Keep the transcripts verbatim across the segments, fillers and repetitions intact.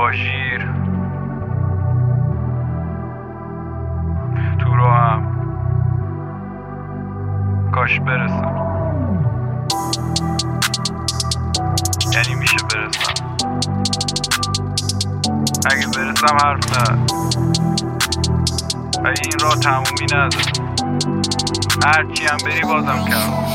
با شیر تو راهم، کاش برسم، یعنی میشه برسم. اگه برسم حرف نه، ولی این راه تمومی نداره، هرچی هم بری بازم کم.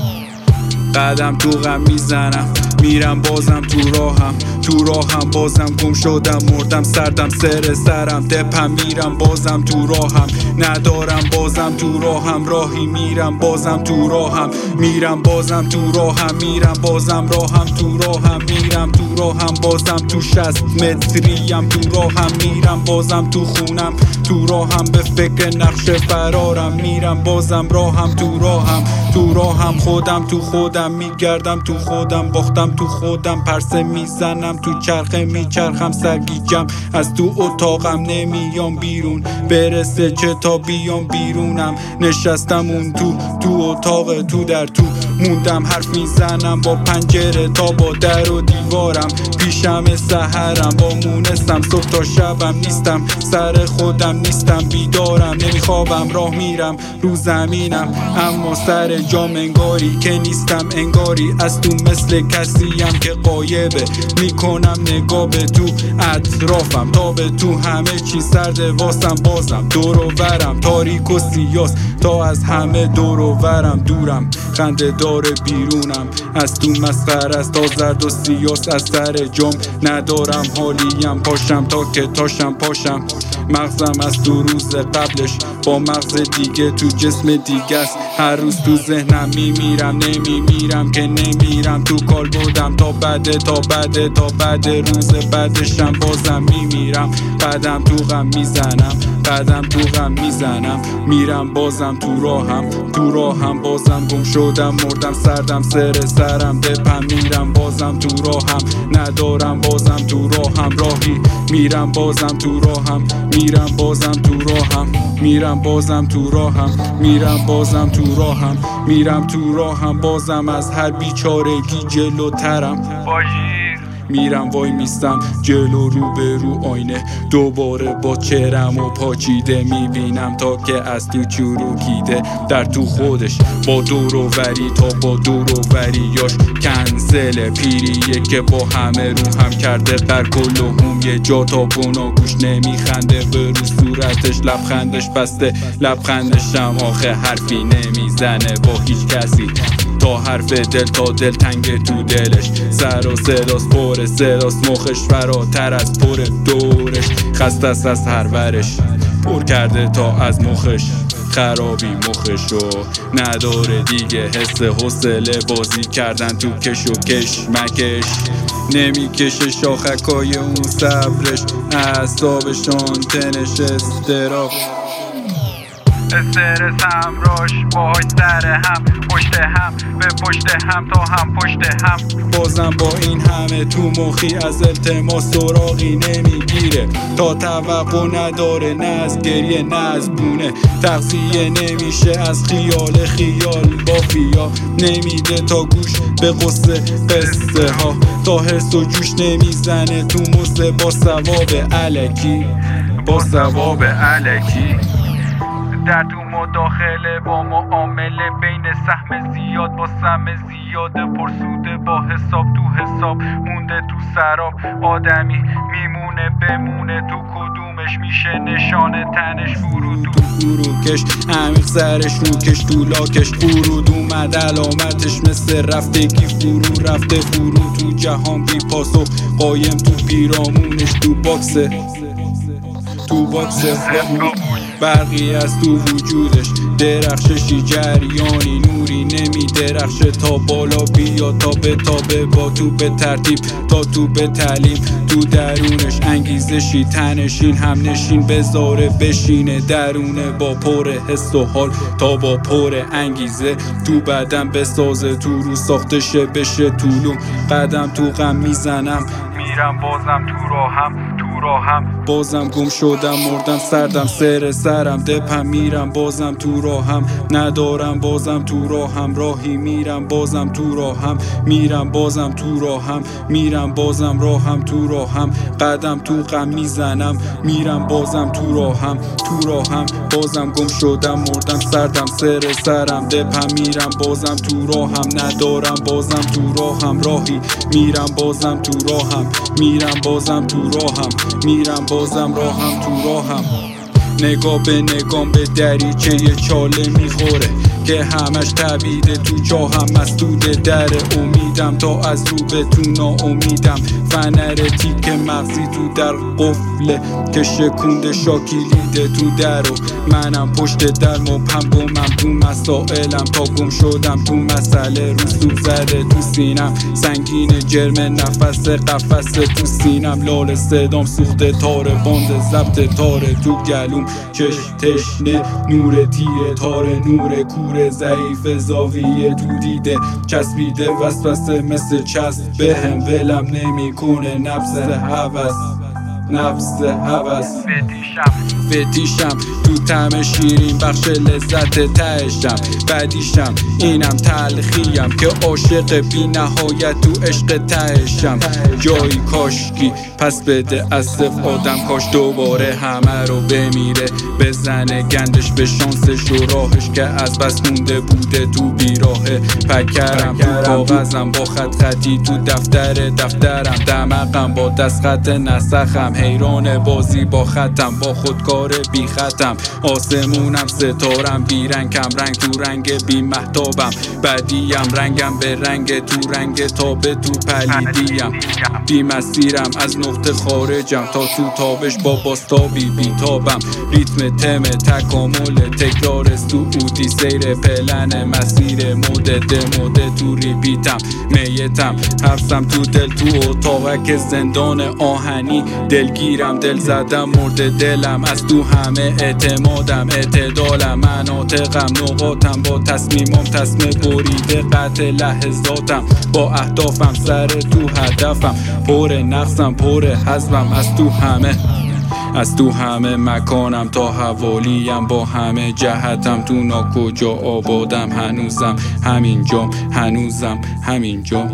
قدم تو غم میزنم، میرم بازم تو راهم، تو راهم بازم گم شدم، مردم سردم سر سرم، دپم میرم بازم تو راهم، ندارم بازم تو راهم راهی، میرم بازم تو راهم، میرم بازم تو راهم، میرم بازم راهم تو راهم، میرم تو راهم بازم تو شصت متریم، تو راهم میرم بازم تو خونم، تو راهم به فکر نقش فرارم، میرم بازم راهم تو راهم، تو راهم خودم تو خودم، میگردم تو خودم، باختم تو خودم، پرسه میزنم تو چرخه، میچرخم سرگیجم، از تو اتاقم نمیام بیرون، برسه چه تا بیام بیرونم، نشستم اون تو تو اتاق، تو در تو موندم، حرف میزنم با پنجره تا با در و دیوارم، پیشم سحرم با مونستم، صبح تا شبم نیستم، سر خودم نیستم، بیدارم نمیخوابم، راه میرم رو زمینم، اما سر جام انگاری که نیستم، انگاری از تو مثل کسیم که غایبه، میکنم نگاه به تو اطرافم، تا به تو همه چی سرده واسم، بازم دور و ورم تاریک و سیاس، تا از همه دور و ورم دورم، خنده داره بیرونم، از تو مسخره است تا زرد و سیاس، از سر جام ندارم حالیم، پاشم تا که تاشم پاشم، مغزم از تو روز قبلش با مغز دیگه تو جسم دیگه است، هر روز تو ذهنم میمیرم، نمیمیرم که نمیرم، تو کال بودم تا بعد تا بعد تا بعد روز بعدشم بازم میمیرم، قدم تو غم میزنم، قدم تو غم میزنم، میرم بازم تو راهم، تو راهم بازم گم شدم، مردم سردم سر سرم، دپم میرم بازم تو راهم، ندارم بازم تو راهم راهی، میرم بازم تو راهم، میرم بازم تو راهم، میرم بازم تو راهم، میرم بازم تو راهم، میرم تو راهم بازم، از هر بیچارگی جلوترم، با شیر میرم وای میستم جلو رو به رو آینه، دوباره با چهرم و پاچیده میبینم تا که از تو چروکیده، در تو خودش با دور و وری تا با دور و وریاش کنسل، پیریه که با همه رو هم کرده قر کل و هم، یه جا تا بناگوش نمیخنده، به رو صورتش لبخندش بسته، لبخندشم آخه حرفی نمیزنه با هیچ کسی، تا حرف دل تا دل تنگ تو دلش، سر و صداست پر صداست، مخش فراتر از پر دورش، خسته است از هر ورش، پر کرده تا از مخش خرابی مخشو، نداره دیگه حس حوصله بازی کردن تو کش و کش مکش، نمیکشه شاخکای اون صبرش، اعصابش آنتنش استراب، استرس همراش باهاش سر هم، پشت هم به پشت هم تا هم پشت هم، بازم با این همه تو مخی از التماس سراغی نمیگیره، تا توقع نداره نه از گریه نه از بونه، تغذیه نمیشه از خیال خیال بافیا، نمیده تا گوش به قصه قصه ها، تا حس و جوش نمیزنه تو مزه با ثواب الکی، با ثواب الکی، در تو مداخله با معامله، بین سهم زیاد با سهم زیاده، پرسوده با حساب تو حساب، مونده تو سراب، آدمی میمونه بمونه تو کدومش، میشه نشانه تنش، فرود تو فروکش عمیق سرش روکش تو لاکش، فرود اومد علامتش مثل رفتگی، فرو رفته فرو تو جهان بی پاسخ، قایم تو پیرامونش تو باکسه، تو باکسه برقی از تو وجودش، درخششی جریانی نوری نمی درخشه، تا بالا بیا تا به تابه با تو به ترتیب، تا تو به تعلیم تو درونش، انگیزشی تنشین هم نشین بذاره بشینه درونه، با پر حس و حال تا با پر انگیزه، تو بدن بسازه تو رو ساختشه بشه طولوم، قدم تو غم میزنم، میرم بازم تو راهم، تو تو راهم. بازم گم شدم مردم سردم سر سرم دپم میرم بازم تو راهم. ندارم بازم تو راهم راهی میرم بازم تو راهم. میرم بازم تو راهم میرم بازم راهم تو راهم. قدم تو غم میزنم میرم بازم تو راهم تو راهم. بازم گم شدم مردم سردم سر سرم دپم میرم بازم تو راهم. ندارم بازم تو راهم راهی میرم بازم تو راهم. میرم بازم تو راهم میرم بازم راهم تو راهم. نگاه به نگام به دریچه یه چاله میخوره که همش تبیده تو جاهم مسدوده در امیدم تا از رو به تو ناامیدم. فنر تیک مغزی تو در قفله که شکونده شاکیلیده تو در و منم پشت در مبهم گمم تو مسائلم تا گم شدم تو مسئله. رسوب زده تو سینم سنگین جرم نفس قفس تو سینم. لال صدام سوخته تاره باند ضبط تاره تو گلوم. چشم تشنه نور تیره تاره نور کوره ضعیف زاویه تو دیده چسبیده وسوسه مثل چسب به هم ولم نمیکنه نفس هوس نفس هوس. فتیشم تو طعم شیرین بخش لذت تهشم. بدیشم اینم تلخیم که عاشق بی نهایت تو عشق تهشم. جایی کاشکی پس بده از صف آدم کاش دوباره همه رو بمیره بزنه گندش به شانسش و راهش که از بس مونده بوده تو بیراهه. پکرم تو کاغذم با خط خطی تو دفتر دفترم دمقم با دست خط نسخم. حیران بازی با خطم با خودکار بی خطم. آسمونم ستارم بی رنگ کم رنگ تو رنگ بی مهتابم. بدیم رنگم به رنگ تو رنگ تابه تو پلیدیم. بی مسیرم از نقطه خارجم تا تو تابش با باستابی بی تابم. ریتم تم تکامل تکرار سعودی سیر پلن مسیر مدد مدد تو ریپیتم. میتم حبسم تو دل تو اتاقک زندان آهنی. دلگیرم دل زدم مرد دلم از تو همه اعتمادم اعتدالم. مناطقم نقاطم با تصمیمم تصمیم بریده قطع لحظاتم. با اهدافم سر تو هدفم پر نقصم پر حزبم از تو همه از تو همه مکانم تا حوالیم با همه جهتم. تو ناکجا آبادم هنوزم همینجام هنوزم همینجام.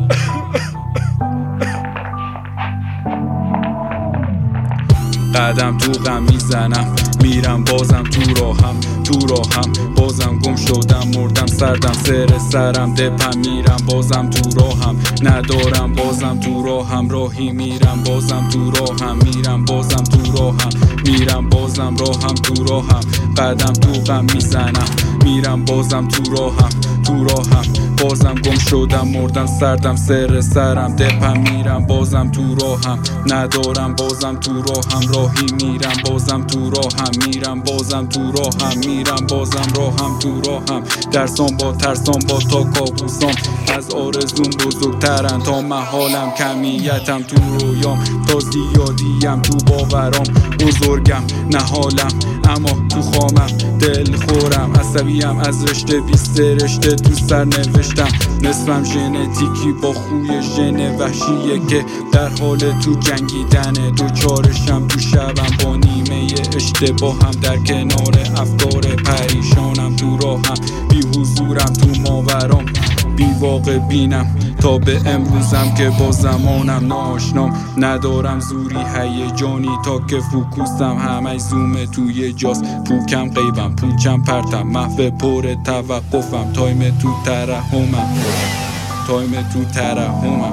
قدم تو غم میزنم میرم بازم تو راهم تو راهم. بازم گم شدم مردم سردم سر سرم دپم میرم بازم تو راهم. ندارم بازم تو راهم راهی میرم بازم تو راهم. میرم بازم تو راهم میرم بازم راهم تو راهم. قدم تو غم میزنم میرم بازم تو راهم تو راهم. بازم گم شدم مردم سردم سر سرم دپم میرم بازم تو راهم. ندارم بازم تو راهم راهی میرم بازم تو راهم. میرم بازم تو راهم میرم بازم راهم تو راهم. درسام با ترسام با تا کابوسام از آرزوم بزرگترن تا محالم کمیتم تو رویام تا زیادیم تو باورام. بزرگم نهالم اما تو خامم دل خورم عصبیم از رشته بیست رشته تو سر نوشتم. نصفم ژنتیکی با خوی ژن وحشیه که در حال تو جنگیدنه. دوچارشم تو شبم با نیمه اشتباهم در کنار افکار پریشانم تو راهم. بی حضورم تو ماورام بی واقع بینم تا به امروزم که با زمانم ناشنام. ندارم زوری هیجانی تا که فوکوسم همه زوم توی جاست. پوکم قیبم پوچم پرتم محو پر توقفم. تایم تو ترحمم تایم تو ترحمم.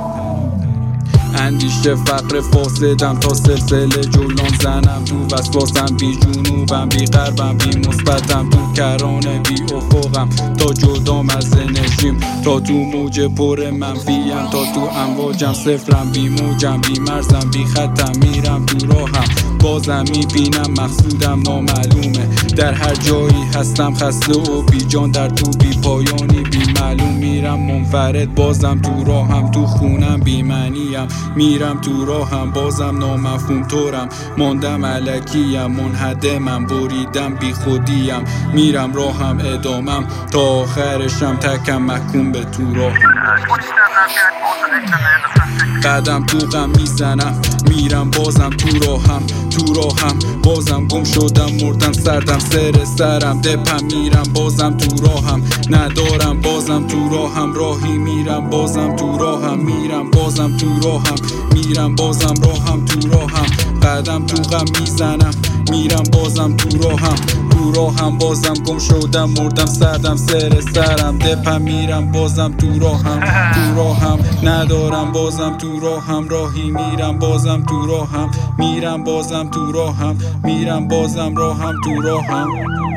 اندیشه فقر فاسدم تا سلسله جولان زنم. تو وسواسم بی جنوبم بی غربم بی مثبتم. تو کرانه بی افقم تا جدام از انرژیم. تا تو موج پر منفیم تا تو امواجم صفرم بی موجم بی مرزم بی خطم. میرم تو راهم بازم میبینم مقصودم نامعلومه. در هر جایی هستم خسته و بی جان در تو بی پایانی بی معلوم. میرم منفرد بازم تو راهم تو خونم بی معنیم. میرم تو راهم بازم نامفهوم طورم. ماندم الکیم منهدمم بریدم بی خودیم. میرم راهم ادامم تا آخرشم تکم محکوم به تو راهم. قدم تو غم میزنم میرم بازم تو راهم تو راهم بازم گم شدم مردم سردم سر سرم دپم میرم بازم تو راهم ندارم بازم تو راهم راهی میرم بازم تو راهم میرم بازم تو راهم میرم بازم راهم تو راهم قدم تو غم میزنم میرم بازم تو راهم تو راهم بازم گم شدم مردم سردم سر سرم دپم میرم بازم تو راهم تو راهم ندارم بازم تو راهم راهی میرم بازم تو راهم میرم بازم تو راهم میرم بازم راهم تو راهم